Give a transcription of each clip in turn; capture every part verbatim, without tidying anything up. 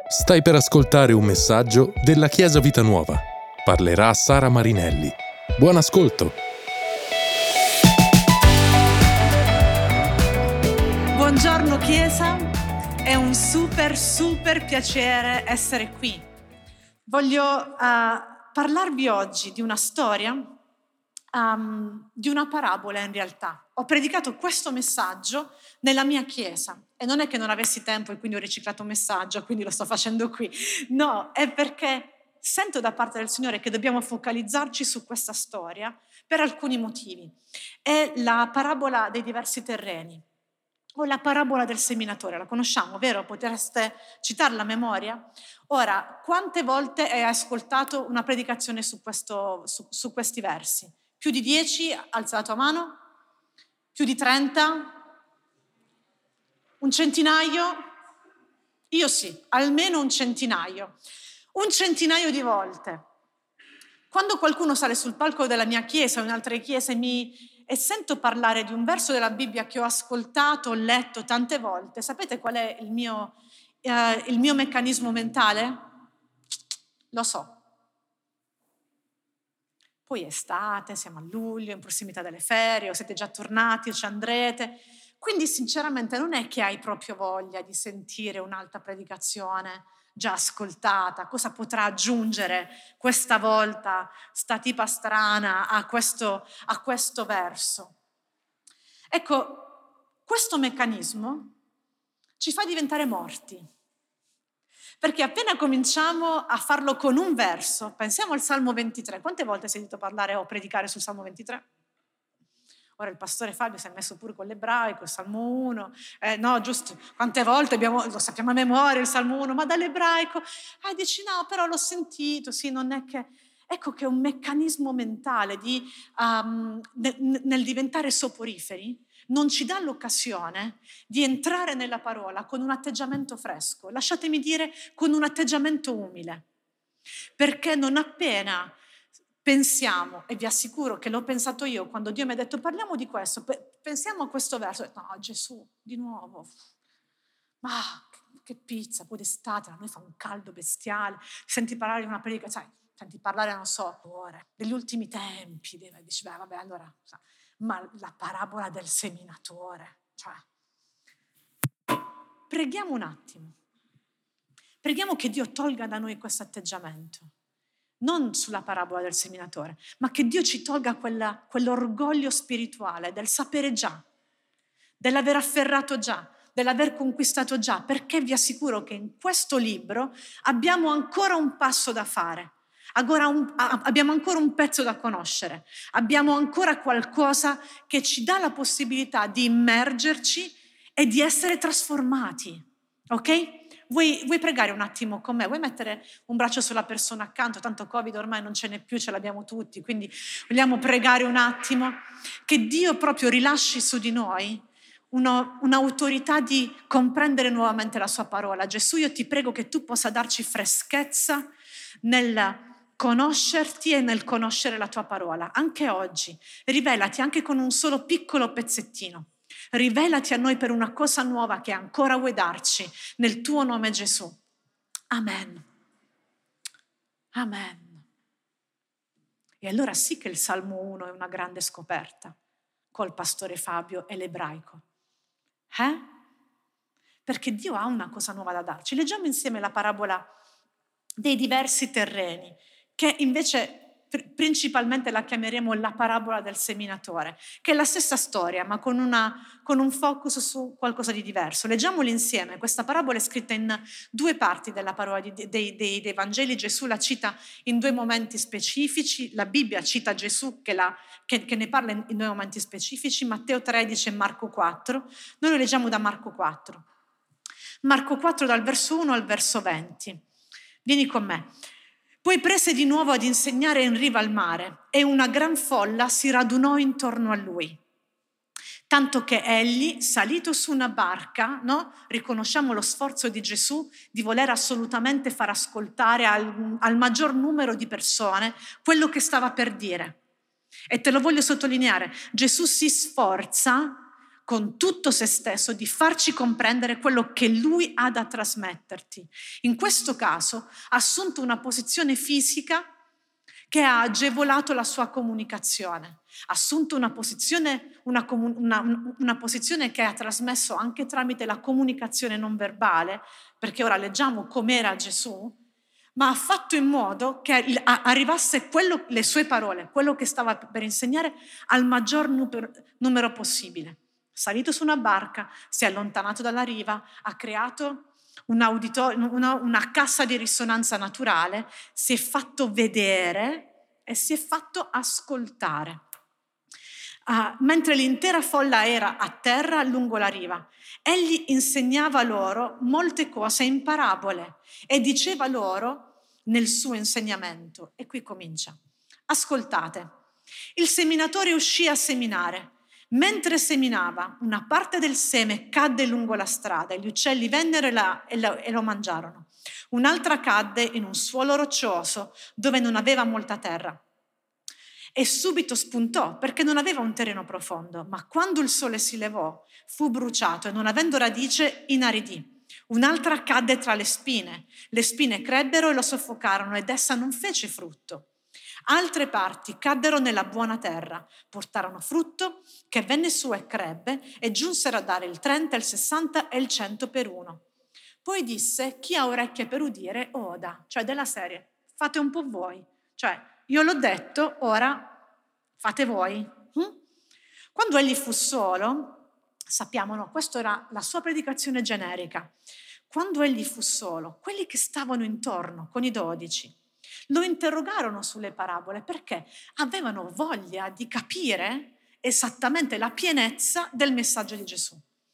Stai per ascoltare un messaggio della Chiesa Vita Nuova. Parlerà Sara Marinelli. Buon ascolto. Buongiorno Chiesa, è un super super piacere essere qui. Voglio uh, parlarvi oggi di una storia, um, di una parabola in realtà. Ho predicato questo messaggio nella mia chiesa e non è che non avessi tempo e quindi ho riciclato un messaggio, quindi lo sto facendo qui. No, è perché sento da parte del Signore che dobbiamo focalizzarci su questa storia per alcuni motivi. È la parabola dei diversi terreni o la parabola del seminatore. La conosciamo, vero? Potreste citarla a memoria? Ora, quante volte hai ascoltato una predicazione su, questo, su, su questi versi? Più di dieci? Alza la tua mano. Più di trenta? Un centinaio? Io sì, almeno un centinaio. Un centinaio di volte. Quando qualcuno sale sul palco della mia chiesa o in altre chiese mi, e sento parlare di un verso della Bibbia che ho ascoltato, ho letto tante volte, sapete qual è il mio, eh, il mio meccanismo mentale? Lo so. Poi è estate, siamo a luglio, in prossimità delle ferie, o siete già tornati o ci andrete. Quindi sinceramente non è che hai proprio voglia di sentire un'altra predicazione già ascoltata. Cosa potrà aggiungere questa volta sta tipa strana a questo, a questo verso? Ecco, questo meccanismo ci fa diventare morti. Perché appena cominciamo a farlo con un verso, pensiamo al Salmo ventitré. Quante volte hai sentito parlare o predicare sul Salmo ventitré? Ora il pastore Fabio si è messo pure con l'ebraico, il Salmo uno. Eh, no, giusto, quante volte abbiamo, lo sappiamo a memoria il Salmo uno, ma dall'ebraico. Ah, dici no, però l'ho sentito, sì, non è che... Ecco che è un meccanismo mentale di, um, nel, nel diventare soporiferi, non ci dà l'occasione di entrare nella parola con un atteggiamento fresco, lasciatemi dire con un atteggiamento umile, perché non appena pensiamo, e vi assicuro che l'ho pensato io quando Dio mi ha detto parliamo di questo, pensiamo a questo verso, no Gesù, di nuovo, ma che pizza, poi d'estate, a noi fa un caldo bestiale, senti parlare di una predica, sai, senti parlare, non so, ore, degli ultimi tempi, dici, beh, vabbè, allora, ma la parabola del seminatore, cioè, preghiamo un attimo, preghiamo che Dio tolga da noi questo atteggiamento, non sulla parabola del seminatore, ma che Dio ci tolga quella, quell'orgoglio spirituale del sapere già, dell'aver afferrato già, dell'aver conquistato già, perché vi assicuro che in questo libro abbiamo ancora un passo da fare. Ancora un, abbiamo ancora un pezzo da conoscere, abbiamo ancora qualcosa che ci dà la possibilità di immergerci e di essere trasformati, ok? Vuoi, vuoi pregare un attimo con me? Vuoi mettere un braccio sulla persona accanto? Tanto Covid ormai non ce n'è più, ce l'abbiamo tutti, quindi vogliamo pregare un attimo che Dio proprio rilasci su di noi uno, un'autorità di comprendere nuovamente la sua parola. Gesù, io ti prego che tu possa darci freschezza nel conoscerti e nel conoscere la tua parola. Anche oggi, rivelati anche con un solo piccolo pezzettino. Rivelati a noi per una cosa nuova che ancora vuoi darci, nel tuo nome Gesù. Amen. Amen. E allora sì che il Salmo uno è una grande scoperta col pastore Fabio e l'ebraico. Eh? Perché Dio ha una cosa nuova da darci. Leggiamo insieme la parabola dei diversi terreni, che invece principalmente la chiameremo la parabola del seminatore, che è la stessa storia ma con, una, con un focus su qualcosa di diverso. Leggiamoli insieme. Questa parabola è scritta in due parti della parola di, dei, dei, dei Vangeli. Gesù la cita in due momenti specifici, la Bibbia cita Gesù che, la, che, che ne parla in, in due momenti specifici, Matteo tredici e Marco quattro. Noi lo leggiamo da Marco quattro. Marco quattro dal verso uno al verso venti. Vieni con me. Poi prese di nuovo ad insegnare in riva al mare e una gran folla si radunò intorno a lui. Tanto che egli, salito su una barca, no? Riconosciamo lo sforzo di Gesù di voler assolutamente far ascoltare al, al maggior numero di persone quello che stava per dire. E te lo voglio sottolineare, Gesù si sforza con tutto se stesso di farci comprendere quello che lui ha da trasmetterti. In questo caso ha assunto una posizione fisica che ha agevolato la sua comunicazione, ha assunto una posizione, una, una, una posizione che ha trasmesso anche tramite la comunicazione non verbale, perché ora leggiamo com'era Gesù, ma ha fatto in modo che arrivasse quello, le sue parole, quello che stava per insegnare, al maggior numero, numero possibile. Salito su una barca, si è allontanato dalla riva, ha creato un auditorio, una, una cassa di risonanza naturale, si è fatto vedere e si è fatto ascoltare. Uh, mentre l'intera folla era a terra lungo la riva, egli insegnava loro molte cose in parabole e diceva loro nel suo insegnamento. E qui comincia. Ascoltate. Il seminatore uscì a seminare. Mentre seminava, una parte del seme cadde lungo la strada e gli uccelli vennero e, la, e, la, e lo mangiarono. Un'altra cadde in un suolo roccioso dove non aveva molta terra. E subito spuntò perché non aveva un terreno profondo, ma quando il sole si levò fu bruciato e non avendo radice inaridì. Un'altra cadde tra le spine. Le spine crebbero e lo soffocarono ed essa non fece frutto. Altre parti caddero nella buona terra, portarono frutto che venne su e crebbe e giunsero a dare il trenta, il sessanta e il cento per uno. Poi disse: chi ha orecchie per udire oda, cioè della serie, fate un po' voi, cioè io l'ho detto, ora fate voi. Hm? Quando egli fu solo, sappiamo, no, questa era la sua predicazione generica. Quando egli fu solo, quelli che stavano intorno con i dodici lo interrogarono sulle parabole perché avevano voglia di capire esattamente la pienezza del messaggio di Gesù.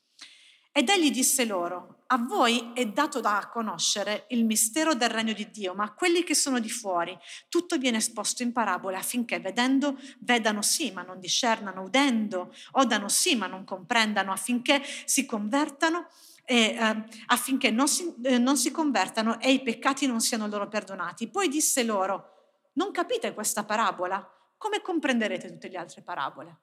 Ed egli disse loro: a voi è dato da conoscere il mistero del regno di Dio, ma a quelli che sono di fuori tutto viene esposto in parabole affinché vedendo vedano sì ma non discernano, udendo odano sì ma non comprendano, affinché si convertano E, eh, affinché non si, eh, non si convertano e i peccati non siano loro perdonati. Poi disse loro: non capite questa parabola? Come comprenderete tutte le altre parabole?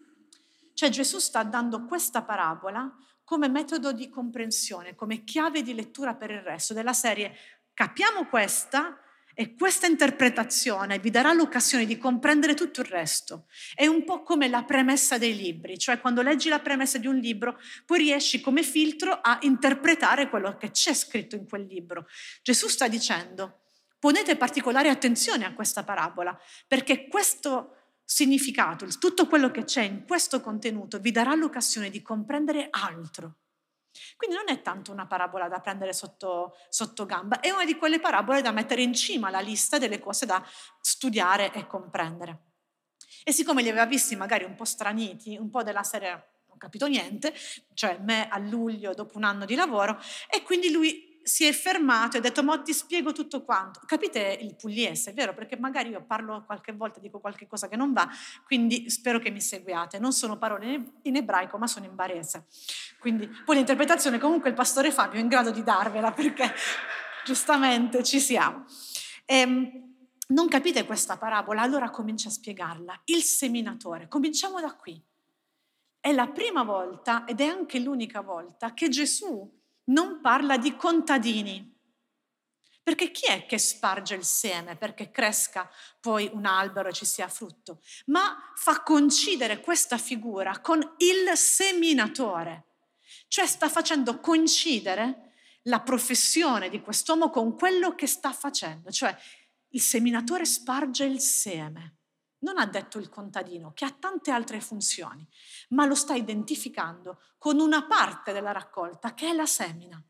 Cioè Gesù sta dando questa parabola come metodo di comprensione, come chiave di lettura per il resto, della serie: capiamo questa e questa interpretazione vi darà l'occasione di comprendere tutto il resto. È un po' come la premessa dei libri, cioè quando leggi la premessa di un libro poi riesci come filtro a interpretare quello che c'è scritto in quel libro. Gesù sta dicendo: ponete particolare attenzione a questa parabola, perché questo significato, tutto quello che c'è in questo contenuto vi darà l'occasione di comprendere altro. Quindi non è tanto una parabola da prendere sotto, sotto gamba, è una di quelle parabole da mettere in cima alla lista delle cose da studiare e comprendere. E siccome li aveva visti magari un po' straniti, un po' della serie non ho capito niente, cioè me a luglio dopo un anno di lavoro, e quindi lui si è fermato e ha detto: ma ti spiego tutto quanto. Capite il pugliese, è vero? Perché magari io parlo qualche volta, dico qualche cosa che non va, quindi spero che mi seguiate. Non sono parole in ebraico, ma sono in barese. Quindi poi l'interpretazione comunque il pastore Fabio è in grado di darvela, perché giustamente ci siamo. E, non capite questa parabola? Allora comincia a spiegarla. Il seminatore, cominciamo da qui. È la prima volta, ed è anche l'unica volta, che Gesù non parla di contadini, perché chi è che sparge il seme perché cresca poi un albero e ci sia frutto? Ma fa coincidere questa figura con il seminatore, cioè sta facendo coincidere la professione di quest'uomo con quello che sta facendo, cioè il seminatore sparge il seme. Non ha detto il contadino, che ha tante altre funzioni, ma lo sta identificando con una parte della raccolta che è la semina.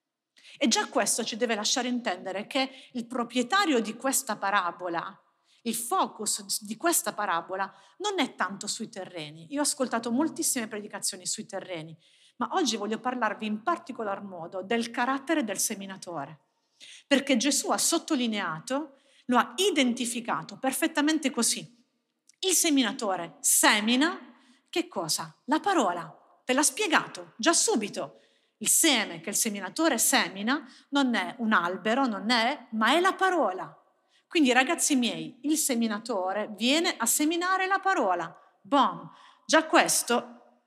E già questo ci deve lasciare intendere che il proprietario di questa parabola, il focus di questa parabola non è tanto sui terreni. Io ho ascoltato moltissime predicazioni sui terreni, ma oggi voglio parlarvi in particolar modo del carattere del seminatore, perché Gesù ha sottolineato, lo ha identificato perfettamente così. Il seminatore semina che cosa? La parola. Te l'ha spiegato già subito. Il seme che il seminatore semina non è un albero, non è, ma è la parola. Quindi ragazzi miei, il seminatore viene a seminare la parola. Boom. Già questo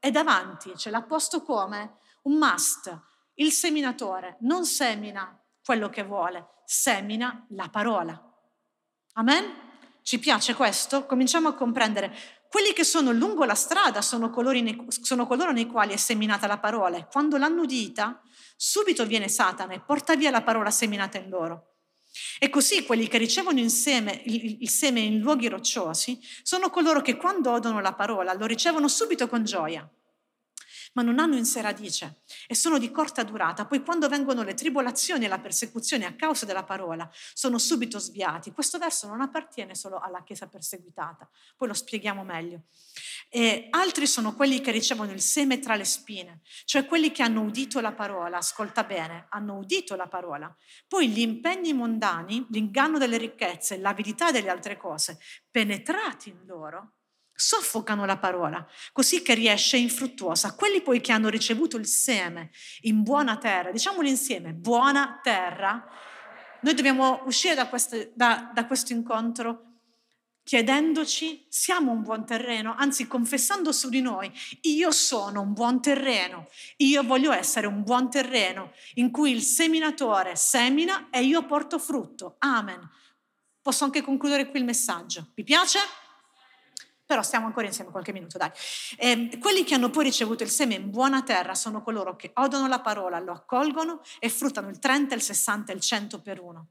è davanti, ce l'ha posto come un must. Il seminatore non semina quello che vuole, semina la parola. Amen? Ci piace questo? Cominciamo a comprendere. Quelli che sono lungo la strada sono, nei, sono coloro nei quali è seminata la parola, e quando l'hanno udita, subito viene Satana e porta via la parola seminata in loro. E così quelli che ricevono il seme, il, il seme in luoghi rocciosi sono coloro che quando odono la parola lo ricevono subito con gioia, ma non hanno in sé radice e sono di corta durata. Poi quando vengono le tribolazioni e la persecuzione a causa della parola, sono subito sviati. Questo verso non appartiene solo alla Chiesa perseguitata, poi lo spieghiamo meglio. E altri sono quelli che ricevono il seme tra le spine, cioè quelli che hanno udito la parola, ascolta bene, hanno udito la parola. Poi gli impegni mondani, l'inganno delle ricchezze, l'avidità delle altre cose, penetrati in loro, soffocano la parola, così che riesce infruttuosa. Quelli poi che hanno ricevuto il seme in buona terra, diciamolo insieme, buona terra, noi dobbiamo uscire da questo, da, da questo incontro chiedendoci, siamo un buon terreno? Anzi, confessando su di noi, io sono un buon terreno, io voglio essere un buon terreno in cui il seminatore semina e io porto frutto. Amen. Posso anche concludere qui il messaggio. Vi piace? Però stiamo ancora insieme qualche minuto, dai. Eh, quelli che hanno poi ricevuto il seme in buona terra sono coloro che odono la parola, lo accolgono e fruttano il trenta, il sessanta e il cento per uno.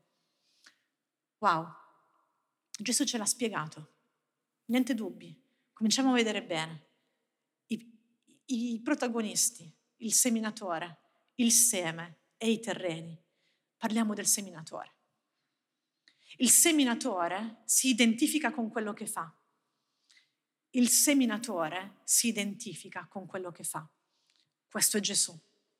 Wow, Gesù ce l'ha spiegato, niente dubbi. Cominciamo a vedere bene. I, i protagonisti, il seminatore, il seme e i terreni. Parliamo del seminatore. Il seminatore si identifica con quello che fa. Il seminatore si identifica con quello che fa. Questo è Gesù.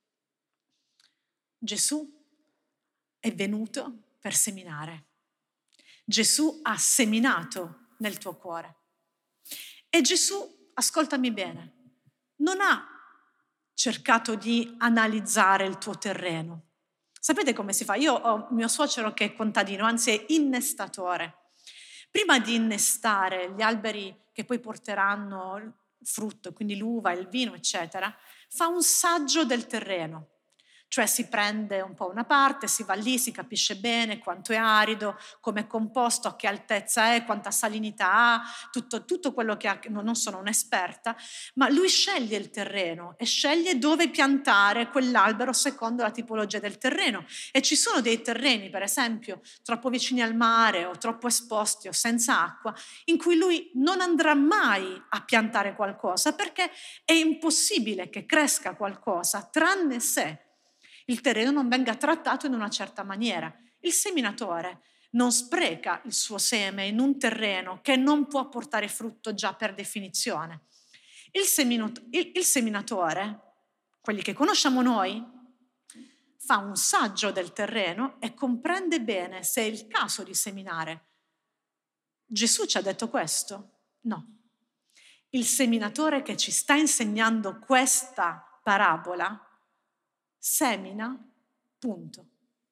Gesù è venuto per seminare. Gesù ha seminato nel tuo cuore. E Gesù, ascoltami bene, non ha cercato di analizzare il tuo terreno. Sapete come si fa? Io ho mio suocero che è contadino, anzi è innestatore. Prima di innestare gli alberi che poi porteranno il frutto, quindi l'uva, il vino, eccetera, fa un saggio del terreno. Cioè si prende un po' una parte, si va lì, si capisce bene quanto è arido, come è composto, a che altezza è, quanta salinità ha, tutto, tutto quello che ha. Non sono un'esperta, ma lui sceglie il terreno e sceglie dove piantare quell'albero secondo la tipologia del terreno. E ci sono dei terreni, per esempio, troppo vicini al mare o troppo esposti o senza acqua, in cui lui non andrà mai a piantare qualcosa, perché è impossibile che cresca qualcosa tranne se il terreno non venga trattato in una certa maniera. Il seminatore non spreca il suo seme in un terreno che non può portare frutto già per definizione. Il, seminut- il, il seminatore, quelli che conosciamo noi, fa un saggio del terreno e comprende bene se è il caso di seminare. Gesù ci ha detto questo? No. Il seminatore che ci sta insegnando questa parabola semina, punto.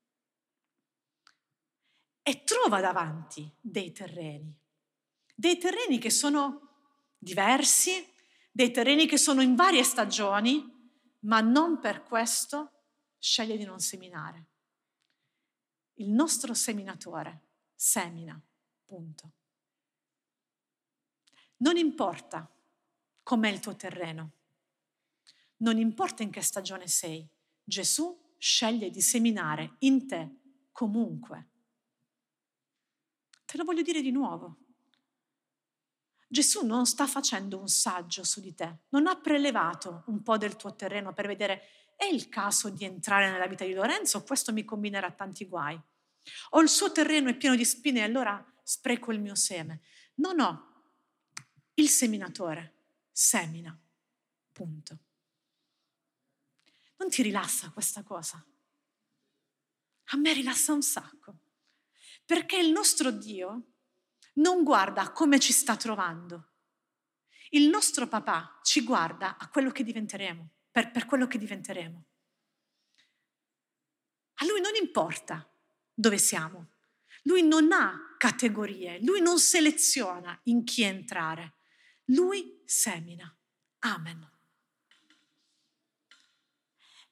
E trova davanti dei terreni, dei terreni che sono diversi, dei terreni che sono in varie stagioni, ma non per questo sceglie di non seminare. Il nostro seminatore semina, punto. Non importa com'è il tuo terreno, non importa in che stagione sei, Gesù sceglie di seminare in te comunque. Te lo voglio dire di nuovo. Gesù non sta facendo un saggio su di te, non ha prelevato un po' del tuo terreno per vedere è il caso di entrare nella vita di Lorenzo, questo mi combinerà tanti guai. O il suo terreno è pieno di spine e allora spreco il mio seme. No, no, il seminatore semina, punto. Non ti rilassa questa cosa? A me rilassa un sacco, perché il nostro Dio non guarda a come ci sta trovando. Il nostro papà ci guarda a quello che diventeremo, per, per quello che diventeremo. A lui non importa dove siamo, lui non ha categorie, lui non seleziona in chi entrare, lui semina. Amen.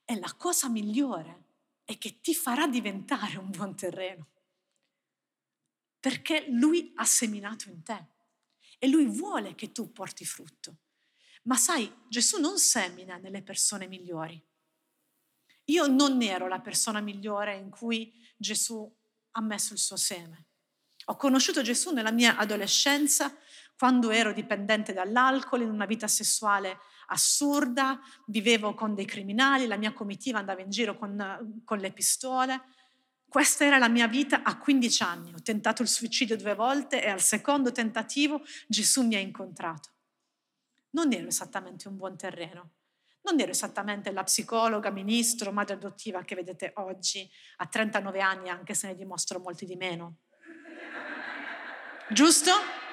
E la cosa migliore è che ti farà diventare un buon terreno, perché Lui ha seminato in te e Lui vuole che tu porti frutto. Ma sai, Gesù non semina nelle persone migliori. Io non ero la persona migliore in cui Gesù ha messo il suo seme. Ho conosciuto Gesù nella mia adolescenza, quando ero dipendente dall'alcol, in una vita sessuale assurda, vivevo con dei criminali, la mia comitiva andava in giro con, con le pistole. Questa era la mia vita a quindici anni. Ho tentato il suicidio due volte e al secondo tentativo Gesù mi ha incontrato. Non ero esattamente un buon terreno. Non ero esattamente la psicologa, ministro, madre adottiva che vedete oggi a trentanove anni, anche se ne dimostro molti di meno. Giusto?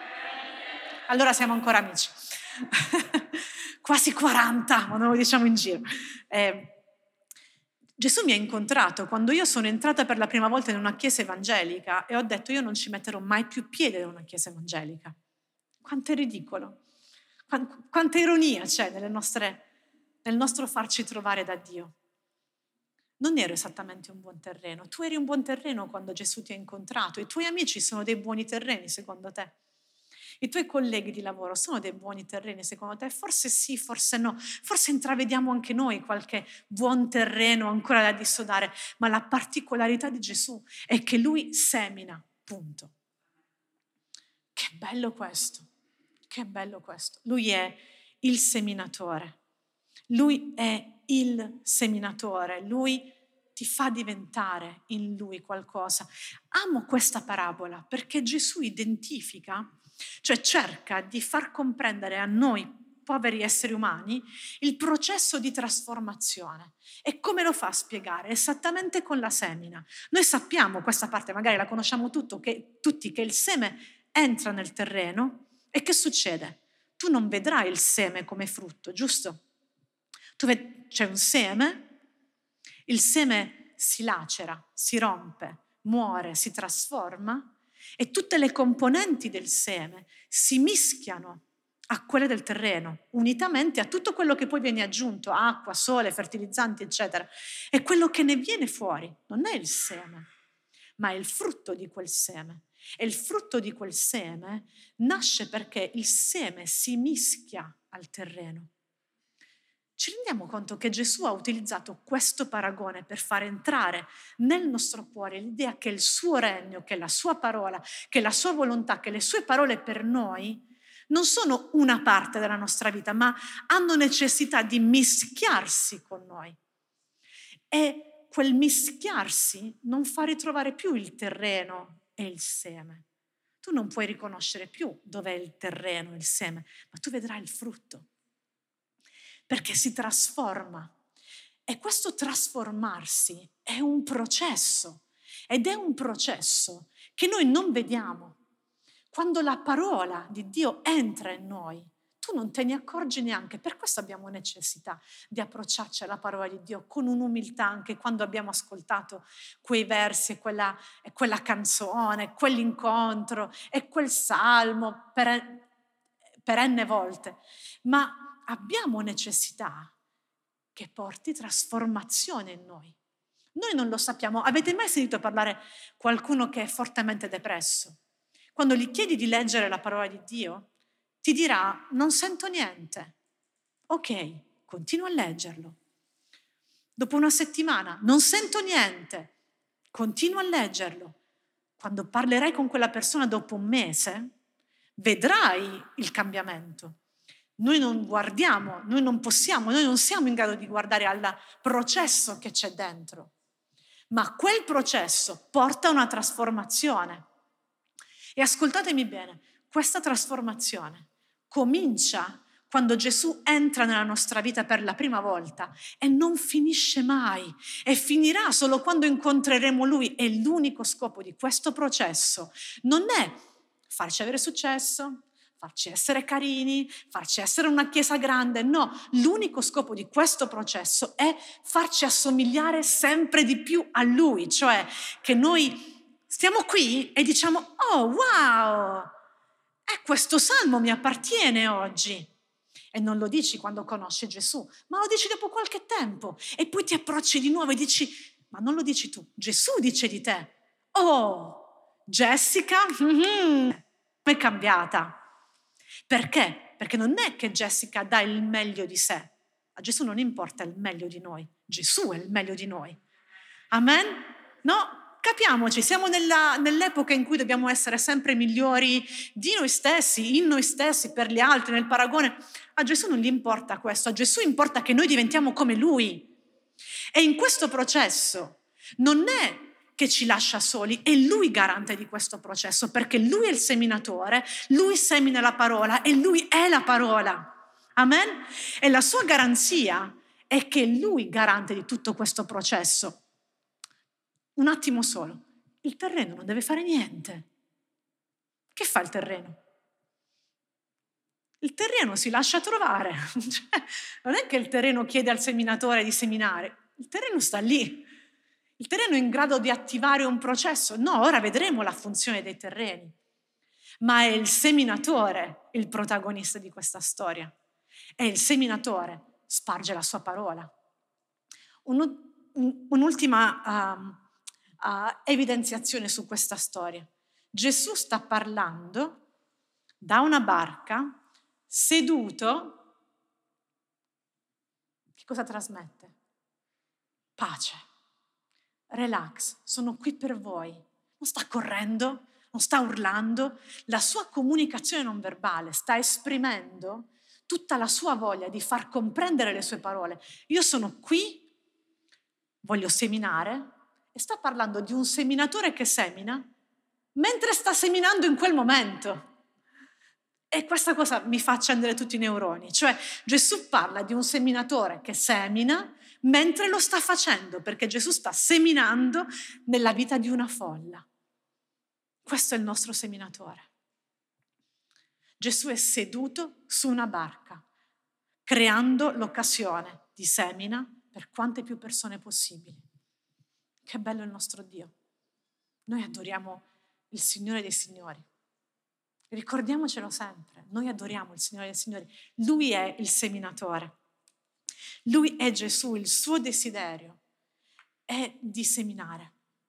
Allora siamo ancora amici. Quasi quaranta, ma non lo diciamo in giro. Eh, Gesù mi ha incontrato quando io sono entrata per la prima volta in una chiesa evangelica e ho detto io non ci metterò mai più piede in una chiesa evangelica. Quanto è ridicolo. Quanta ironia c'è nelle nostre, nel nostro farci trovare da Dio. Non ero esattamente un buon terreno. Tu eri un buon terreno quando Gesù ti ha incontrato. I tuoi amici sono dei buoni terreni secondo te? I tuoi colleghi di lavoro sono dei buoni terreni secondo te? Forse sì, forse no. Forse intravediamo anche noi qualche buon terreno ancora da dissodare. Ma la particolarità di Gesù è che Lui semina, punto. Che bello questo. Che bello questo. Lui è il seminatore. Lui è il seminatore. Lui ti fa diventare in Lui qualcosa. Amo questa parabola perché Gesù identifica, cioè cerca di far comprendere a noi, poveri esseri umani, il processo di trasformazione. E come lo fa a spiegare? Esattamente con la semina. Noi sappiamo questa parte, magari la conosciamo tutto, che, tutti, che il seme entra nel terreno. E che succede? Tu non vedrai il seme come frutto, giusto? Tu ved- c'è un seme, il seme si lacera, si rompe, muore, si trasforma e tutte le componenti del seme si mischiano a quelle del terreno, unitamente a tutto quello che poi viene aggiunto, acqua, sole, fertilizzanti, eccetera. E quello che ne viene fuori non è il seme, ma è il frutto di quel seme. E il frutto di quel seme nasce perché il seme si mischia al terreno. Ci rendiamo conto che Gesù ha utilizzato questo paragone per far entrare nel nostro cuore l'idea che il suo regno, che la sua parola, che la sua volontà, che le sue parole per noi non sono una parte della nostra vita, ma hanno necessità di mischiarsi con noi. E quel mischiarsi non fa ritrovare più il terreno e il seme. Tu non puoi riconoscere più dov'è il terreno e il seme, ma tu vedrai il frutto, perché si trasforma. E questo trasformarsi è un processo, ed è un processo che noi non vediamo. Quando la parola di Dio entra in noi, tu non te ne accorgi neanche. Per questo abbiamo necessità di approcciarci alla parola di Dio con un'umiltà anche quando abbiamo ascoltato quei versi, quella, quella canzone, quell'incontro e quel salmo per, per enne volte. Ma abbiamo necessità che porti trasformazione in noi. Noi non lo sappiamo. Avete mai sentito parlare qualcuno che è fortemente depresso? Quando gli chiedi di leggere la parola di Dio, ti dirà, non sento niente. Ok, continua a leggerlo. Dopo una settimana, non sento niente. Continua a leggerlo. Quando parlerai con quella persona dopo un mese, vedrai il cambiamento. Noi non guardiamo, noi non possiamo, noi non siamo in grado di guardare al processo che c'è dentro. Ma quel processo porta a una trasformazione. E ascoltatemi bene, questa trasformazione comincia quando Gesù entra nella nostra vita per la prima volta e non finisce mai e finirà solo quando incontreremo Lui. E l'unico scopo di questo processo non è farci avere successo, farci essere carini, farci essere una chiesa grande, no, l'unico scopo di questo processo è farci assomigliare sempre di più a Lui, cioè che noi stiamo qui e diciamo, oh wow, eh, questo salmo mi appartiene oggi. E non lo dici quando conosci Gesù, ma lo dici dopo qualche tempo. E poi ti approcci di nuovo e dici, ma non lo dici tu, Gesù dice di te. Oh, Jessica, mm-hmm, è cambiata. Perché? Perché non è che Jessica dà il meglio di sé. A Gesù non importa il meglio di noi, Gesù è il meglio di noi. Amen? No? Capiamoci, siamo nella, nell'epoca in cui dobbiamo essere sempre migliori di noi stessi, in noi stessi, per gli altri, nel paragone. A Gesù non gli importa questo, a Gesù importa che noi diventiamo come Lui. E in questo processo non è che ci lascia soli, è Lui garante di questo processo, perché Lui è il seminatore, Lui semina la parola e Lui è la parola. Amen? E la sua garanzia è che Lui è garante di tutto questo processo. Un attimo solo, il terreno non deve fare niente. Che fa il terreno? Il terreno si lascia trovare. Cioè, non è che il terreno chiede al seminatore di seminare, il terreno sta lì. Il terreno è in grado di attivare un processo? No, ora vedremo la funzione dei terreni. Ma è il seminatore il protagonista di questa storia. E il seminatore sparge la sua parola. Un, un, un'ultima um, uh, evidenziazione su questa storia. Gesù sta parlando da una barca, seduto. Che cosa trasmette? Pace, relax, sono qui per voi. Non sta correndo, non sta urlando. La sua comunicazione non verbale sta esprimendo tutta la sua voglia di far comprendere le sue parole. Io sono qui, voglio seminare, e sta parlando di un seminatore che semina mentre sta seminando in quel momento. E questa cosa mi fa accendere tutti i neuroni. Cioè Gesù parla di un seminatore che semina mentre lo sta facendo, perché Gesù sta seminando nella vita di una folla. Questo è il nostro seminatore. Gesù è seduto su una barca, creando l'occasione di semina per quante più persone possibili. Che bello il nostro Dio. Noi adoriamo il Signore dei Signori. Ricordiamocelo sempre, noi adoriamo il Signore dei Signori. Lui è il seminatore. Lui è Gesù, il suo desiderio è di seminare.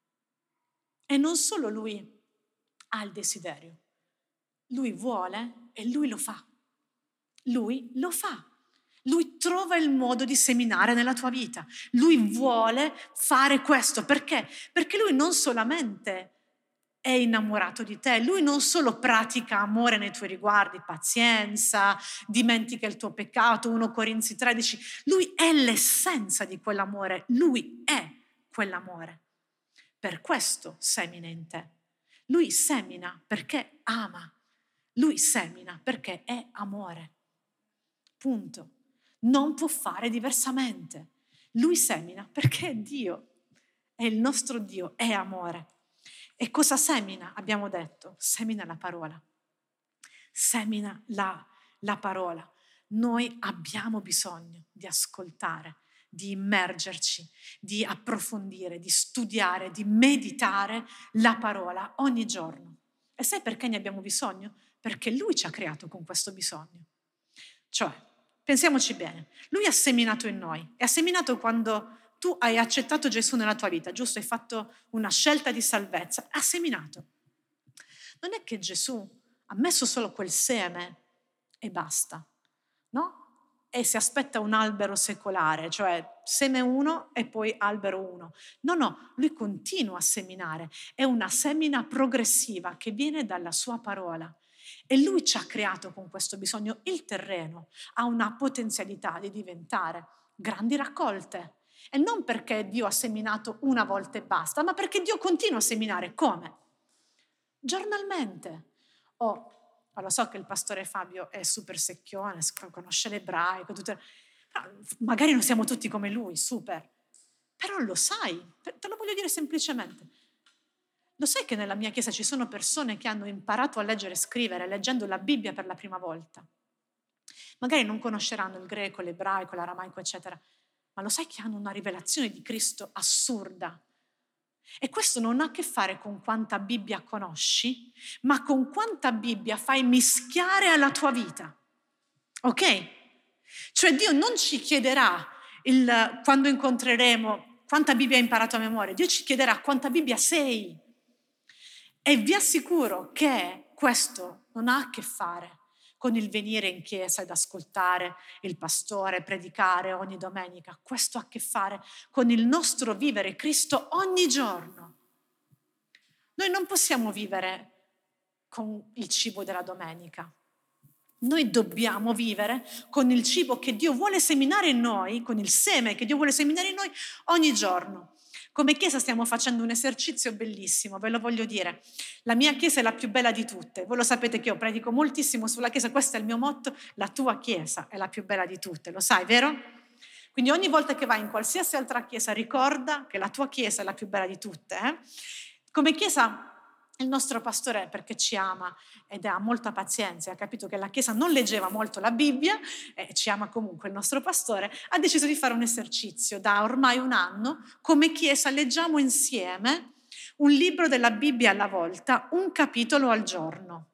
E non solo Lui ha il desiderio, Lui vuole e Lui lo fa. Lui lo fa. Lui trova il modo di seminare nella tua vita. Lui vuole fare questo. Perché? Perché Lui non solamente è innamorato di te, Lui non solo pratica amore nei tuoi riguardi, pazienza, dimentica il tuo peccato, primo Corinzi tredici, Lui è l'essenza di quell'amore, Lui è quell'amore. Per questo semina in te. Lui semina perché ama, Lui semina perché è amore. Punto. Non può fare diversamente. Lui semina perché è Dio, è il nostro Dio, è amore. E cosa semina? Abbiamo detto, semina la parola. Semina la, la parola. Noi abbiamo bisogno di ascoltare, di immergerci, di approfondire, di studiare, di meditare la parola ogni giorno. E sai perché ne abbiamo bisogno? Perché Lui ci ha creato con questo bisogno. Cioè, pensiamoci bene, Lui ha seminato in noi e ha seminato quando tu hai accettato Gesù nella tua vita, giusto? Hai fatto una scelta di salvezza, ha seminato. Non è che Gesù ha messo solo quel seme e basta, no? E si aspetta un albero secolare, cioè seme uno e poi albero uno. No, no, Lui continua a seminare, è una semina progressiva che viene dalla sua parola. E Lui ci ha creato con questo bisogno. Il terreno ha una potenzialità di diventare grandi raccolte. E non perché Dio ha seminato una volta e basta, ma perché Dio continua a seminare. Come? Giornalmente. Oh, lo so che il pastore Fabio è super secchione, conosce l'ebraico, tutte... magari non siamo tutti come lui, super. Però lo sai, te lo voglio dire semplicemente. Lo sai che nella mia chiesa ci sono persone che hanno imparato a leggere e scrivere leggendo la Bibbia per la prima volta. Magari non conosceranno il greco, l'ebraico, l'aramaico, eccetera. Ma lo sai che hanno una rivelazione di Cristo assurda? E questo non ha a che fare con quanta Bibbia conosci, ma con quanta Bibbia fai mischiare alla tua vita. Ok? Cioè Dio non ci chiederà il, quando incontreremo quanta Bibbia hai imparato a memoria, Dio ci chiederà quanta Bibbia sei. E vi assicuro che questo non ha a che fare con il venire in chiesa ed ascoltare il pastore predicare ogni domenica. Questo ha a che fare con il nostro vivere Cristo ogni giorno. Noi non possiamo vivere con il cibo della domenica. Noi dobbiamo vivere con il cibo che Dio vuole seminare in noi, con il seme che Dio vuole seminare in noi ogni giorno. Come chiesa stiamo facendo un esercizio bellissimo, ve lo voglio dire. La mia chiesa è la più bella di tutte. Voi lo sapete che io predico moltissimo sulla chiesa, questo è il mio motto, la tua chiesa è la più bella di tutte, lo sai, vero? Quindi ogni volta che vai in qualsiasi altra chiesa ricorda che la tua chiesa è la più bella di tutte. Eh? Come chiesa il nostro pastore, perché ci ama ed ha molta pazienza, ha capito che la Chiesa non leggeva molto la Bibbia, e ci ama comunque il nostro pastore, ha deciso di fare un esercizio. Da ormai un anno, come Chiesa, leggiamo insieme un libro della Bibbia alla volta, un capitolo al giorno.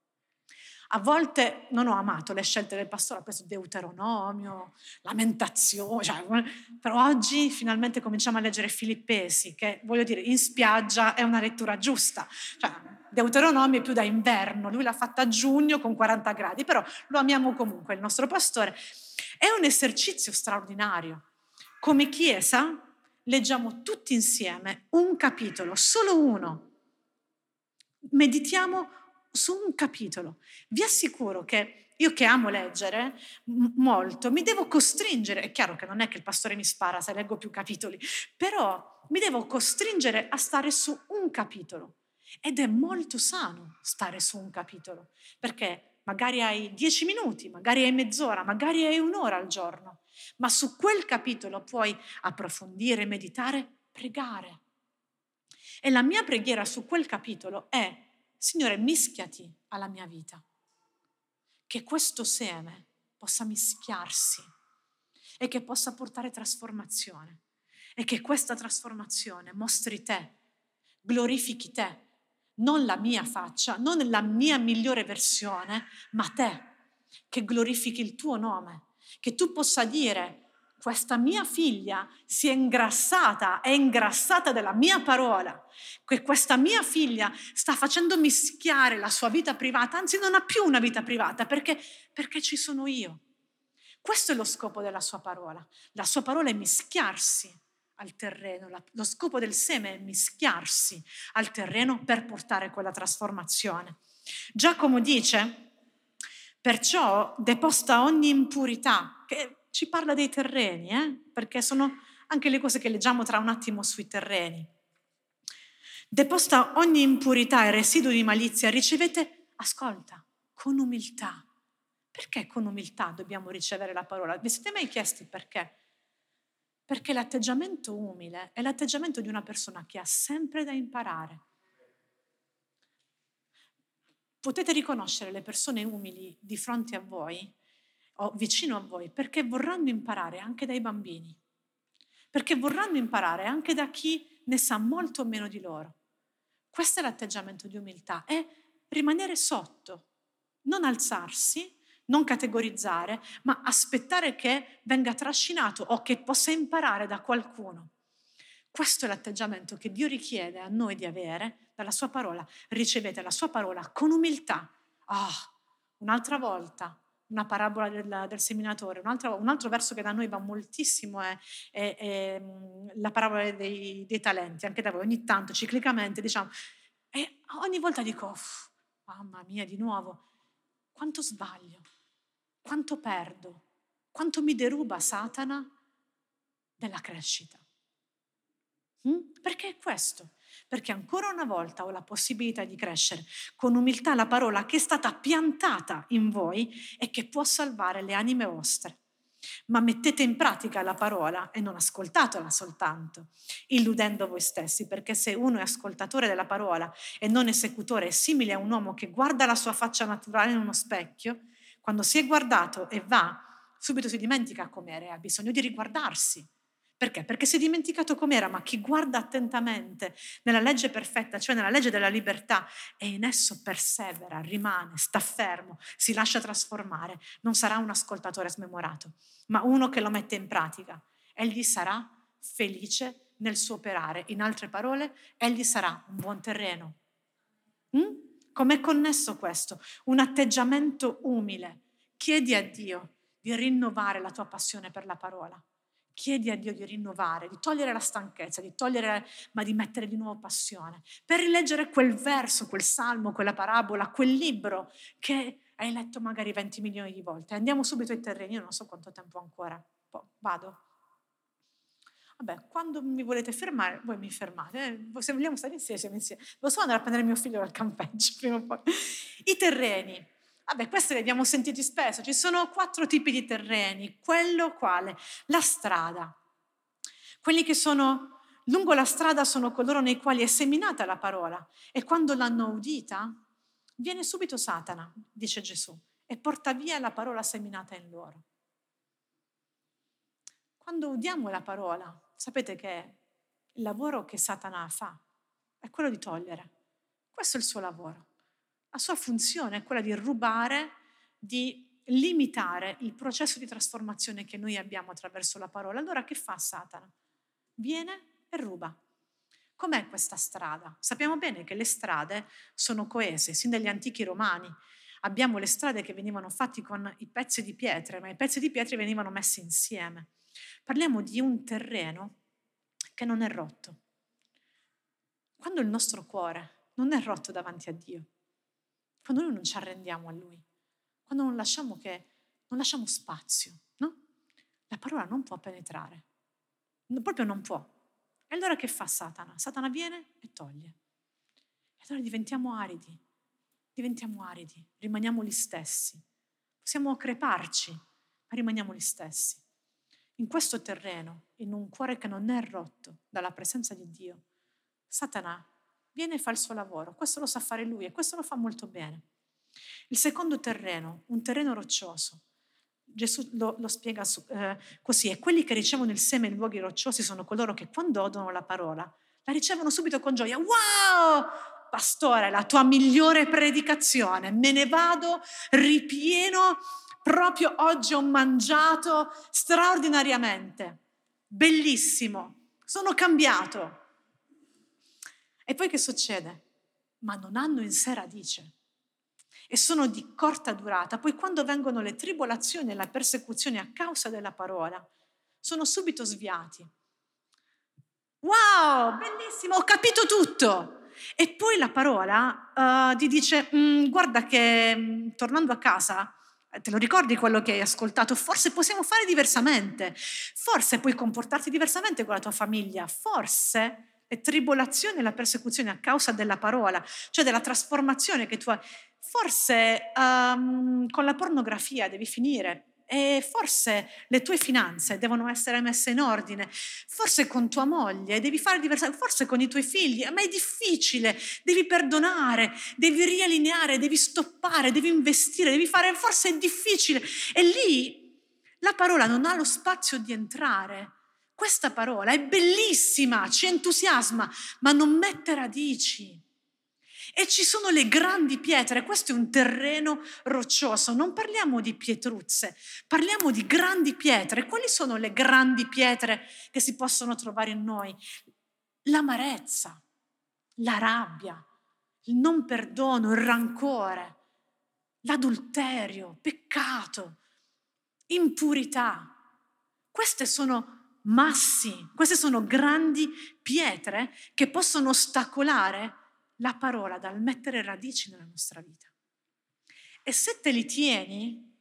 A volte non ho amato le scelte del pastore, ha preso Deuteronomio, Lamentazione, cioè, però oggi finalmente cominciamo a leggere Filippesi, che voglio dire, in spiaggia è una lettura giusta. Cioè, Deuteronomio è più da inverno, lui l'ha fatta a giugno con quaranta gradi, però lo amiamo comunque, il nostro pastore. È un esercizio straordinario. Come Chiesa leggiamo tutti insieme un capitolo, solo uno. Meditiamo su un capitolo. Vi assicuro che io che amo leggere m- molto, mi devo costringere, è chiaro che non è che il pastore mi spara se leggo più capitoli, però mi devo costringere a stare su un capitolo. Ed è molto sano stare su un capitolo, perché magari hai dieci minuti, magari hai mezz'ora, magari hai un'ora al giorno, ma su quel capitolo puoi approfondire, meditare, pregare. E la mia preghiera su quel capitolo è: Signore, mischiati alla mia vita, che questo seme possa mischiarsi e che possa portare trasformazione e che questa trasformazione mostri te, glorifichi te, non la mia faccia, non la mia migliore versione, ma te, che glorifichi il tuo nome, che tu possa dire: questa mia figlia si è ingrassata, è ingrassata della mia parola, che questa mia figlia sta facendo mischiare la sua vita privata, anzi non ha più una vita privata, perché, perché ci sono io. Questo è lo scopo della sua parola. La sua parola è mischiarsi al terreno, la, lo scopo del seme è mischiarsi al terreno per portare quella trasformazione. Giacomo dice: perciò deposta ogni impurità, che ci parla dei terreni, eh? Perché sono anche le cose che leggiamo tra un attimo sui terreni. Deposta ogni impurità e residuo di malizia, ricevete, ascolta, con umiltà. Perché con umiltà dobbiamo ricevere la parola? Vi siete mai chiesti perché? Perché l'atteggiamento umile è l'atteggiamento di una persona che ha sempre da imparare. Potete riconoscere le persone umili di fronte a voi o vicino a voi perché vorranno imparare anche dai bambini, perché vorranno imparare anche da chi ne sa molto meno di loro. Questo è l'atteggiamento di umiltà, è rimanere sotto, non alzarsi, non categorizzare, ma aspettare che venga trascinato o che possa imparare da qualcuno. Questo è l'atteggiamento che Dio richiede a noi di avere dalla sua parola. Ricevete la sua parola con umiltà. Ah, un'altra volta, una parabola del, del seminatore, un altro, un altro verso che da noi va moltissimo è, è, è la parabola dei, dei talenti. Anche da voi ogni tanto, ciclicamente, diciamo, e ogni volta dico, mamma mia, di nuovo, quanto sbaglio, quanto perdo, quanto mi deruba Satana della crescita. Mm? Perché è questo? Perché ancora una volta ho la possibilità di crescere con umiltà la parola che è stata piantata in voi e che può salvare le anime vostre. Ma mettete in pratica la parola e non ascoltatela soltanto, illudendo voi stessi, perché se uno è ascoltatore della parola e non esecutore, è simile a un uomo che guarda la sua faccia naturale in uno specchio. Quando si è guardato e va, subito si dimentica com'era e ha bisogno di riguardarsi, Perché? Perché si è dimenticato com'era, ma chi guarda attentamente nella legge perfetta, cioè nella legge della libertà, e in esso persevera, rimane, sta fermo, si lascia trasformare, non sarà un ascoltatore smemorato, ma uno che lo mette in pratica. Egli sarà felice nel suo operare. In altre parole, egli sarà un buon terreno. Mm? Com'è connesso questo? Un atteggiamento umile. Chiedi a Dio di rinnovare la tua passione per la parola. Chiedi a Dio di rinnovare, di togliere la stanchezza, di togliere, ma di mettere di nuovo passione. Per rileggere quel verso, quel salmo, quella parabola, quel libro che hai letto magari venti milioni di volte. Andiamo subito ai terreni, io non so quanto tempo ancora. Poi, vado. Vabbè, quando mi volete fermare, voi mi fermate. Eh? Se vogliamo stare insieme, siamo insieme. Devo solo andare a prendere mio figlio dal campeggio prima o poi. I terreni. Vabbè, questi li abbiamo sentiti spesso. Ci sono quattro tipi di terreni. Quello quale? La strada. Quelli che sono lungo la strada sono coloro nei quali è seminata la parola. E quando l'hanno udita, viene subito Satana, dice Gesù, e porta via la parola seminata in loro. Quando udiamo la parola, sapete che il lavoro che Satana fa è quello di togliere. Questo è il suo lavoro. La sua funzione è quella di rubare, di limitare il processo di trasformazione che noi abbiamo attraverso la parola. Allora che fa Satana? Viene e ruba. Com'è questa strada? Sappiamo bene che le strade sono coese, sin dagli antichi romani. Abbiamo le strade che venivano fatte con i pezzi di pietre, ma i pezzi di pietre venivano messi insieme. Parliamo di un terreno che non è rotto. Quando il nostro cuore non è rotto davanti a Dio, quando noi non ci arrendiamo a Lui, quando non lasciamo, che, non lasciamo spazio, no? La parola non può penetrare, proprio non può. E allora che fa Satana? Satana viene e toglie. E allora diventiamo aridi, diventiamo aridi, rimaniamo gli stessi. Possiamo creparci, ma rimaniamo gli stessi. In questo terreno, in un cuore che non è rotto dalla presenza di Dio, Satana viene e fa il suo lavoro. Questo lo sa fare lui e questo lo fa molto bene. Il secondo terreno, un terreno roccioso. Gesù lo, lo spiega su, eh, così, e quelli che ricevono il seme in luoghi rocciosi sono coloro che quando odono la parola la ricevono subito con gioia. Wow! Pastore, la tua migliore predicazione, me ne vado ripieno, proprio oggi ho mangiato straordinariamente, bellissimo, sono cambiato. E poi che succede? Ma non hanno in sé radice e sono di corta durata. Poi quando vengono le tribolazioni e la persecuzione a causa della parola, sono subito sviati. Wow, bellissimo, ho capito tutto. E poi la parola uh, ti dice, mm, guarda che mm, tornando a casa, te lo ricordi quello che hai ascoltato? Forse possiamo fare diversamente, forse puoi comportarti diversamente con la tua famiglia, forse le tribolazioni e la persecuzione a causa della parola, cioè della trasformazione che tu hai, forse um, con la pornografia devi finire. E forse le tue finanze devono essere messe in ordine, forse con tua moglie devi fare diversamente, forse con i tuoi figli, ma è difficile, devi perdonare, devi riallineare, devi stoppare, devi investire, devi fare, forse è difficile. E lì la parola non ha lo spazio di entrare. Questa parola è bellissima, ci entusiasma, ma non mette radici. E ci sono le grandi pietre, questo è un terreno roccioso, non parliamo di pietruzze, parliamo di grandi pietre. Quali sono le grandi pietre che si possono trovare in noi? L'amarezza, la rabbia, il non perdono, il rancore, l'adulterio, peccato, impurità. Queste sono massi, queste sono grandi pietre che possono ostacolare la parola dal mettere radici nella nostra vita. E se te li tieni,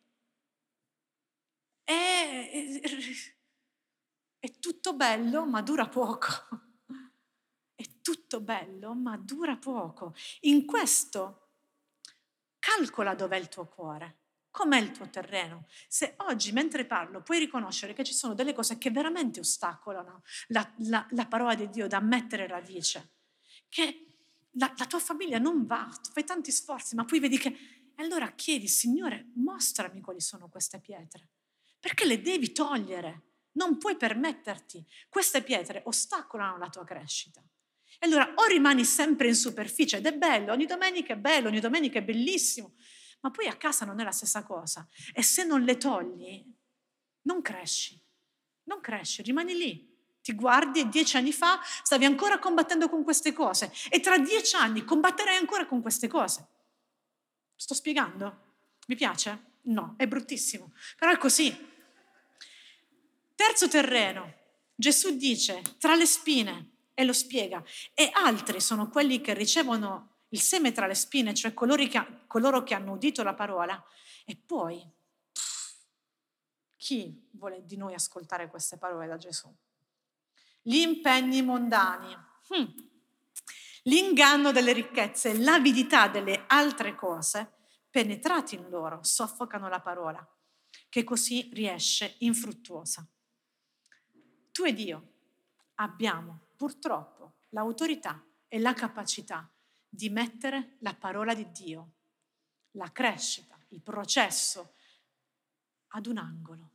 è, è, è tutto bello, ma dura poco. È tutto bello, ma dura poco. In questo, calcola dov'è il tuo cuore, com'è il tuo terreno. Se oggi, mentre parlo, puoi riconoscere che ci sono delle cose che veramente ostacolano la, la, la parola di Dio da mettere radice, che La, la tua famiglia non va, tu fai tanti sforzi, ma poi vedi che... E allora chiedi, Signore, mostrami quali sono queste pietre, perché le devi togliere, Non puoi permetterti. Queste pietre ostacolano la tua crescita. E allora o rimani sempre in superficie ed è bello, ogni domenica è bello, ogni domenica è bellissimo, ma poi a casa non è la stessa cosa. E se non le togli, non cresci, non cresci, rimani lì. Ti guardi e dieci anni fa stavi ancora combattendo con queste cose e tra dieci anni combatterai ancora con queste cose. Sto spiegando? Mi piace? No, è bruttissimo, però è così. Terzo terreno, Gesù dice, tra le spine, e lo spiega, e altri sono quelli che ricevono il seme tra le spine, cioè coloro che, coloro che hanno udito la parola, e poi, pff, chi vuole di noi ascoltare queste parole da Gesù? Gli impegni mondani, hmm. l'inganno delle ricchezze, l'avidità delle altre cose, penetrati in loro, soffocano la parola, che così riesce infruttuosa. Tu ed io abbiamo purtroppo l'autorità e la capacità di mettere la parola di Dio, la crescita, il processo, ad un angolo.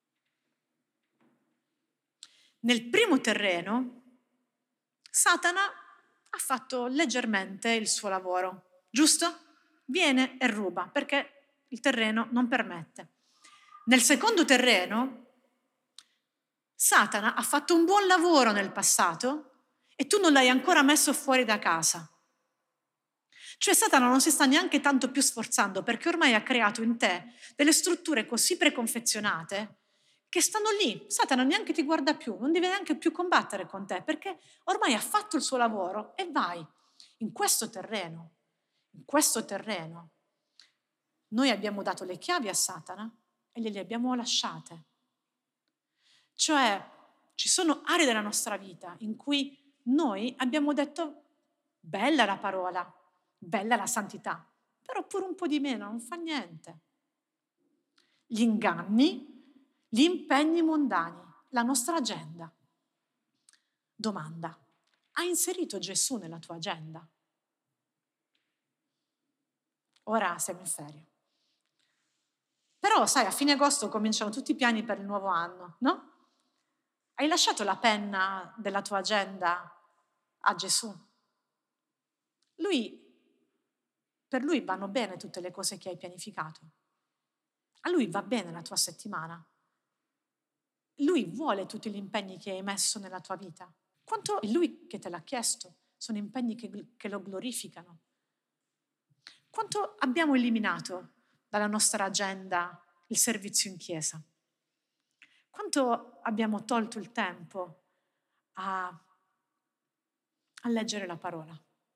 Nel primo terreno, Satana ha fatto leggermente il suo lavoro, giusto? Viene e ruba, perché il terreno non permette. Nel secondo terreno, Satana ha fatto un buon lavoro nel passato e tu non l'hai ancora messo fuori da casa. Cioè Satana non si sta neanche tanto più sforzando perché ormai ha creato in te delle strutture così preconfezionate che stanno lì. Satana neanche ti guarda più, non deve neanche più combattere con te perché ormai ha fatto il suo lavoro e vai. In questo terreno, in questo terreno, noi abbiamo dato le chiavi a Satana e gliele abbiamo lasciate. Cioè ci sono aree della nostra vita in cui noi abbiamo detto bella la parola, bella la santità, però pure un po' di meno, non fa niente. Gli inganni, gli impegni mondani, la nostra agenda. Domanda, hai inserito Gesù nella tua agenda? Ora siamo in ferie. Però sai, a fine agosto cominciano tutti i piani per il nuovo anno, no? Hai lasciato la penna della tua agenda a Gesù? Lui, per lui vanno bene tutte le cose che hai pianificato. A lui va bene la tua settimana. Lui vuole tutti gli impegni che hai messo nella tua vita. Quanto è lui che te l'ha chiesto? Sono impegni che, che lo glorificano. Quanto abbiamo eliminato dalla nostra agenda il servizio in chiesa? Quanto abbiamo tolto il tempo a, a leggere la parola?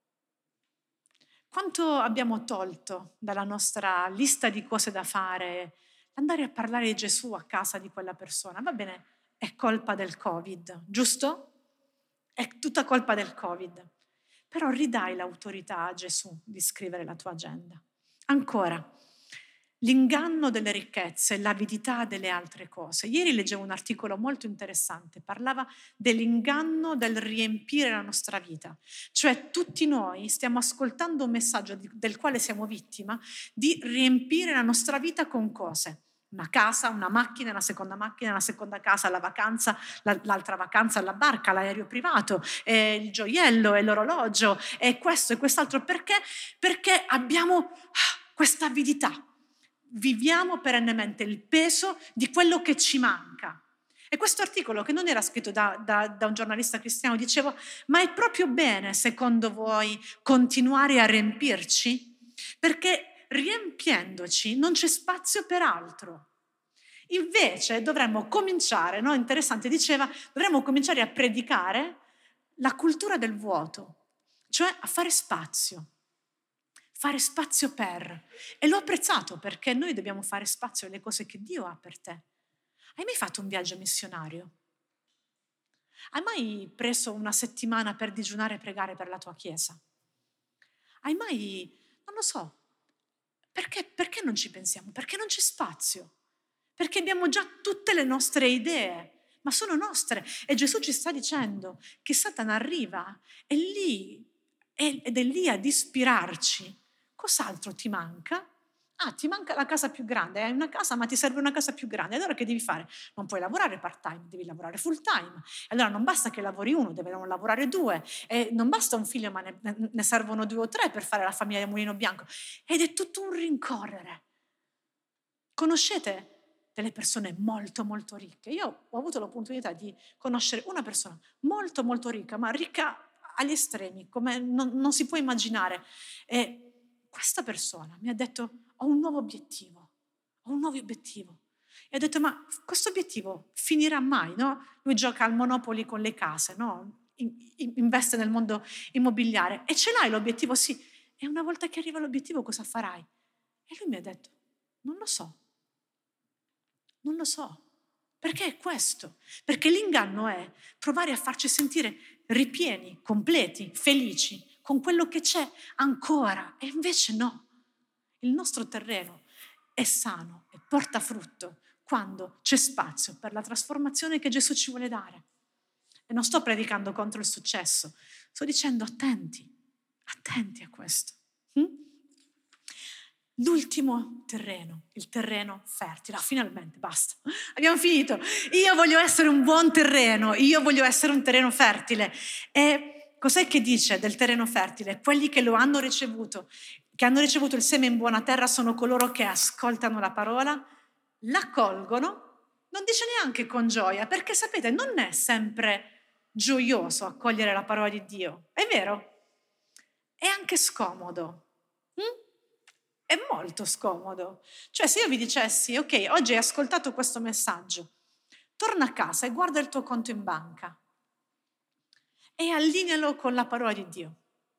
Quanto abbiamo tolto dalla nostra lista di cose da fare andare a parlare di Gesù a casa di quella persona? Va bene, è colpa del Covid, giusto? È tutta colpa del Covid. Però ridai l'autorità a Gesù di scrivere la tua agenda. Ancora, l'inganno delle ricchezze, l'avidità delle altre cose. Ieri leggevo un articolo molto interessante, parlava dell'inganno del riempire la nostra vita. Cioè tutti noi stiamo ascoltando un messaggio di, del quale siamo vittima di riempire la nostra vita con cose. Una casa, una macchina, una seconda macchina, una seconda casa, la vacanza, la, l'altra vacanza, la barca, l'aereo privato, eh, il gioiello e l'orologio e questo e quest'altro. Perché? Perché abbiamo questa avidità. Viviamo perennemente il peso di quello che ci manca. E questo articolo, che non era scritto da, da, da un giornalista cristiano, diceva: ma è proprio bene, secondo voi, continuare a riempirci? Perché riempiendoci non c'è spazio per altro. Invece dovremmo cominciare, no? Interessante, diceva, dovremmo cominciare a predicare la cultura del vuoto, cioè a fare spazio. Fare spazio per. E l'ho apprezzato perché noi dobbiamo fare spazio alle cose che Dio ha per te. Hai mai fatto un viaggio missionario? Hai mai preso una settimana per digiunare e pregare per la tua chiesa? Hai mai, non lo so, perché, perché non ci pensiamo? Perché non c'è spazio. Perché abbiamo già tutte le nostre idee, ma sono nostre. E Gesù ci sta dicendo che Satana arriva e lì, ed è lì ad ispirarci. Cos'altro ti manca? Ah, ti manca la casa più grande, hai una casa ma ti serve una casa più grande, allora che devi fare? Non puoi lavorare part time, devi lavorare full time. Allora non basta che lavori uno, devono lavorare due, e non basta un figlio ma ne, ne servono due o tre per fare la famiglia del Mulino Bianco. Ed è tutto un rincorrere. Conoscete delle persone molto molto ricche? Io ho avuto l'opportunità di conoscere una persona molto molto ricca, ma ricca agli estremi, come non, non si può immaginare. E questa persona mi ha detto: ho un nuovo obiettivo, ho un nuovo obiettivo. E ho detto: ma questo obiettivo finirà mai, no? Lui gioca al Monopoli con le case, no? In, in, investe nel mondo immobiliare. E ce l'hai l'obiettivo? Sì. E una volta che arriva l'obiettivo cosa farai? E lui mi ha detto: non lo so. Non lo so. Perché è questo? Perché l'inganno è provare a farci sentire ripieni, completi, felici, con quello che c'è ancora. E invece no. Il nostro terreno è sano e porta frutto quando c'è spazio per la trasformazione che Gesù ci vuole dare. E non sto predicando contro il successo, sto dicendo attenti, attenti a questo. Hm? L'ultimo terreno, il terreno fertile. Ah, finalmente, basta. Abbiamo finito. Io voglio essere un buon terreno, io voglio essere un terreno fertile. E cos'è che dice del terreno fertile? Quelli che lo hanno ricevuto, che hanno ricevuto il seme in buona terra sono coloro che ascoltano la parola, la colgono, non dice neanche con gioia, perché sapete, non è sempre gioioso accogliere la parola di Dio, è vero? È anche scomodo. Hm? È molto scomodo. Cioè, se io vi dicessi: ok, oggi hai ascoltato questo messaggio, torna a casa e guarda il tuo conto in banca e allinealo con la parola di Dio.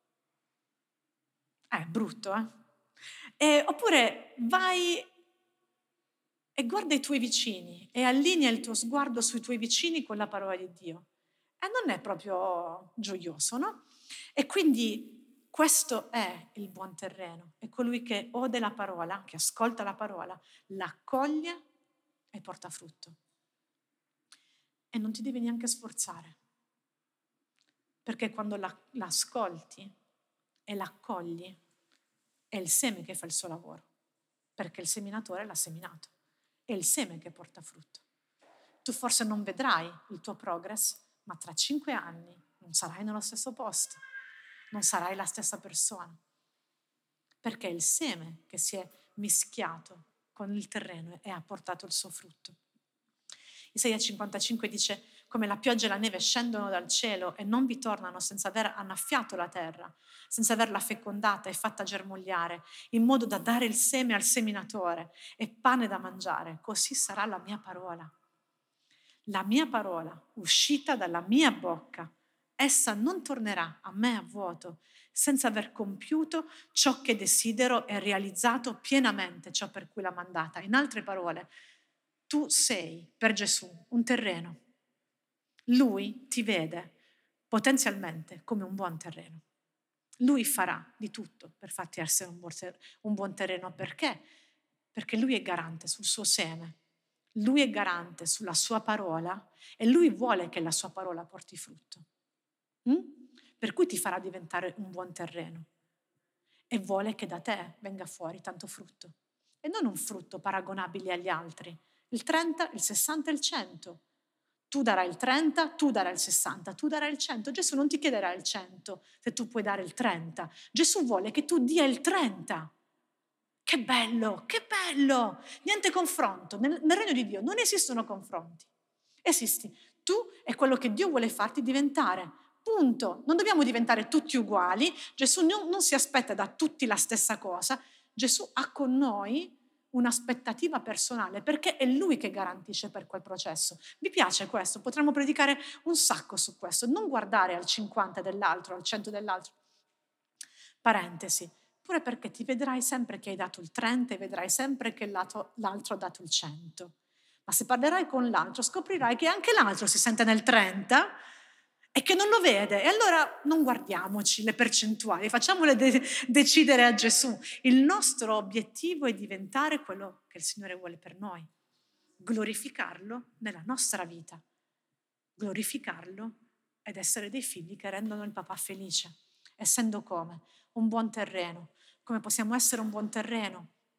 È brutto, eh? E, oppure vai e guarda i tuoi vicini e allinea il tuo sguardo sui tuoi vicini con la parola di Dio. E non è proprio gioioso, no? E quindi questo è il buon terreno, è colui che ode la parola, che ascolta la parola, l'accoglie e porta frutto. E non ti devi neanche sforzare, perché quando la, l'ascolti e l'accogli è il seme che fa il suo lavoro, perché il seminatore l'ha seminato, è il seme che porta frutto. Tu forse non vedrai il tuo progress, ma tra cinque anni non sarai nello stesso posto, non sarai la stessa persona, perché è il seme che si è mischiato con il terreno e ha portato il suo frutto. Isaia cinquantacinque dice: come la pioggia e la neve scendono dal cielo e non vi tornano senza aver annaffiato la terra, senza averla fecondata e fatta germogliare, in modo da dare il seme al seminatore e pane da mangiare, così sarà la mia parola. La mia parola, uscita dalla mia bocca, essa non tornerà a me a vuoto, senza aver compiuto ciò che desidero e realizzato pienamente ciò per cui l'ha mandata. In altre parole, tu sei per Gesù un terreno. Lui ti vede potenzialmente come un buon terreno. Lui farà di tutto per farti essere un buon, ter- un buon terreno. Perché? Perché lui è garante sul suo seme, lui è garante sulla sua parola e lui vuole che la sua parola porti frutto. Mm? Per cui ti farà diventare un buon terreno e vuole che da te venga fuori tanto frutto. E non un frutto paragonabile agli altri, il trenta, il sessanta e il cento. Tu darai il trenta, tu darai il sessanta, tu darai il cento. Gesù non ti chiederà il cento se tu puoi dare il trenta. Gesù vuole che tu dia il trenta. Che bello, che bello! Niente confronto. Nel, nel regno di Dio non esistono confronti. Esisti tu e quello che Dio vuole farti diventare. Punto. Non dobbiamo diventare tutti uguali. Gesù non, non si aspetta da tutti la stessa cosa. Gesù ha con noi un'aspettativa personale, perché è Lui che garantisce per quel processo. Mi piace questo, potremmo predicare un sacco su questo, non guardare al cinquanta dell'altro, al cento dell'altro. Parentesi, pure perché ti vedrai sempre che hai dato il trenta e vedrai sempre che l'altro, l'altro ha dato il cento. Ma se parlerai con l'altro scoprirai che anche l'altro si sente nel trenta e che non lo vede. E allora non guardiamoci le percentuali, facciamole de- decidere a Gesù. Il nostro obiettivo è diventare quello che il Signore vuole per noi, glorificarlo nella nostra vita, glorificarlo ed essere dei figli che rendono il papà felice, essendo come? Un buon terreno. Come possiamo essere un buon terreno?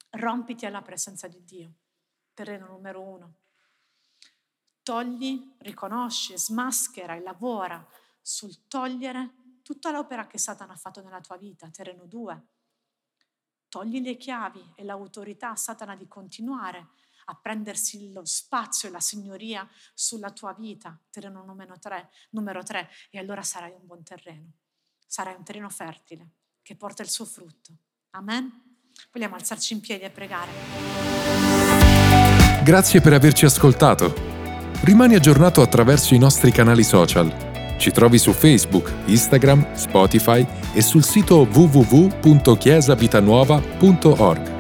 rompiti alla presenza di Dio, terreno numero uno. Togli, riconosci, smaschera e lavora sul togliere tutta l'opera che Satana ha fatto nella tua vita, terreno due. Togli le chiavi e l'autorità a Satana di continuare a prendersi lo spazio e la signoria sulla tua vita, terreno numero tre, numero tre, e allora sarai un buon terreno, sarai un terreno fertile che porta il suo frutto. Amen? Vogliamo alzarci in piedi e pregare. Grazie per averci ascoltato. Rimani aggiornato attraverso i nostri canali social. Ci trovi su Facebook, Instagram, Spotify e sul sito w w w punto chiesa vitanuova punto org.